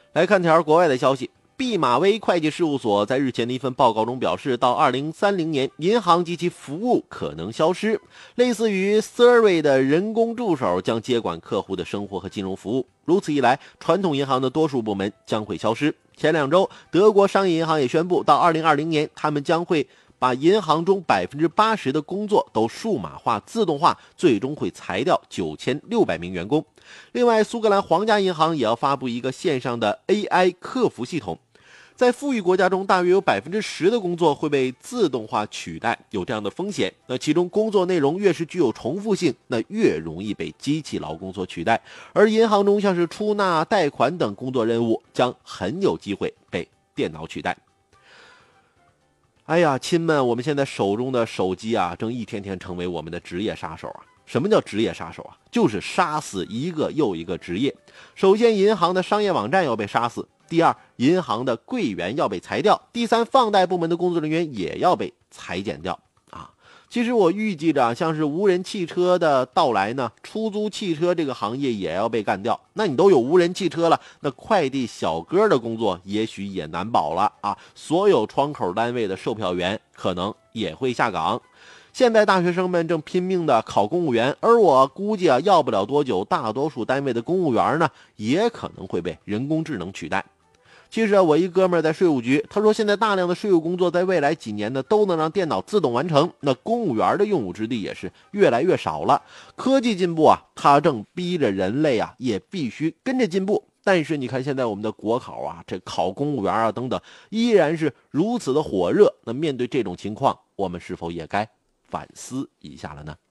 来看条国外的消息，毕马威会计事务所在日前的一份报告中表示，到2030年，银行及其服务可能消失，类似于 Siri 的人工助手将接管客户的生活和金融服务。如此一来，传统银行的多数部门将会消失。前2周，德国商业银行也宣布，到2020年，他们将会把银行中80%的工作都数码化、自动化，最终会裁掉9600名员工。另外，苏格兰皇家银行也要发布一个线上的 AI 客服系统。在富裕国家中，大约有10%的工作会被自动化取代，有这样的风险。那其中工作内容越是具有重复性，那越容易被机器劳工所取代。而银行中像是出纳、贷款等工作任务将很有机会被电脑取代。哎呀，亲们，我们现在手中的手机啊，正一天天成为我们的职业杀手啊！什么叫职业杀手啊？就是杀死一个又一个职业。首先，银行的商业网站要被杀死；第二，银行的柜员要被裁掉；第三，放贷部门的工作人员也要被裁减掉啊！其实我预计着，像是无人汽车的到来呢，出租汽车这个行业也要被干掉。那你都有无人汽车了，那快递小哥的工作也许也难保了啊！所有窗口单位的售票员可能也会下岗。现在大学生们正拼命的考公务员，而我估计啊，要不了多久，大多数单位的公务员呢，也可能会被人工智能取代。其实我一哥们在税务局，他说现在大量的税务工作在未来几年呢都能让电脑自动完成，那公务员的用武之地也是越来越少了。科技进步啊，它正逼着人类啊也必须跟着进步。但是你看现在我们的国考啊，这考公务员啊等等，依然是如此的火热。那面对这种情况，我们是否也该反思一下了呢？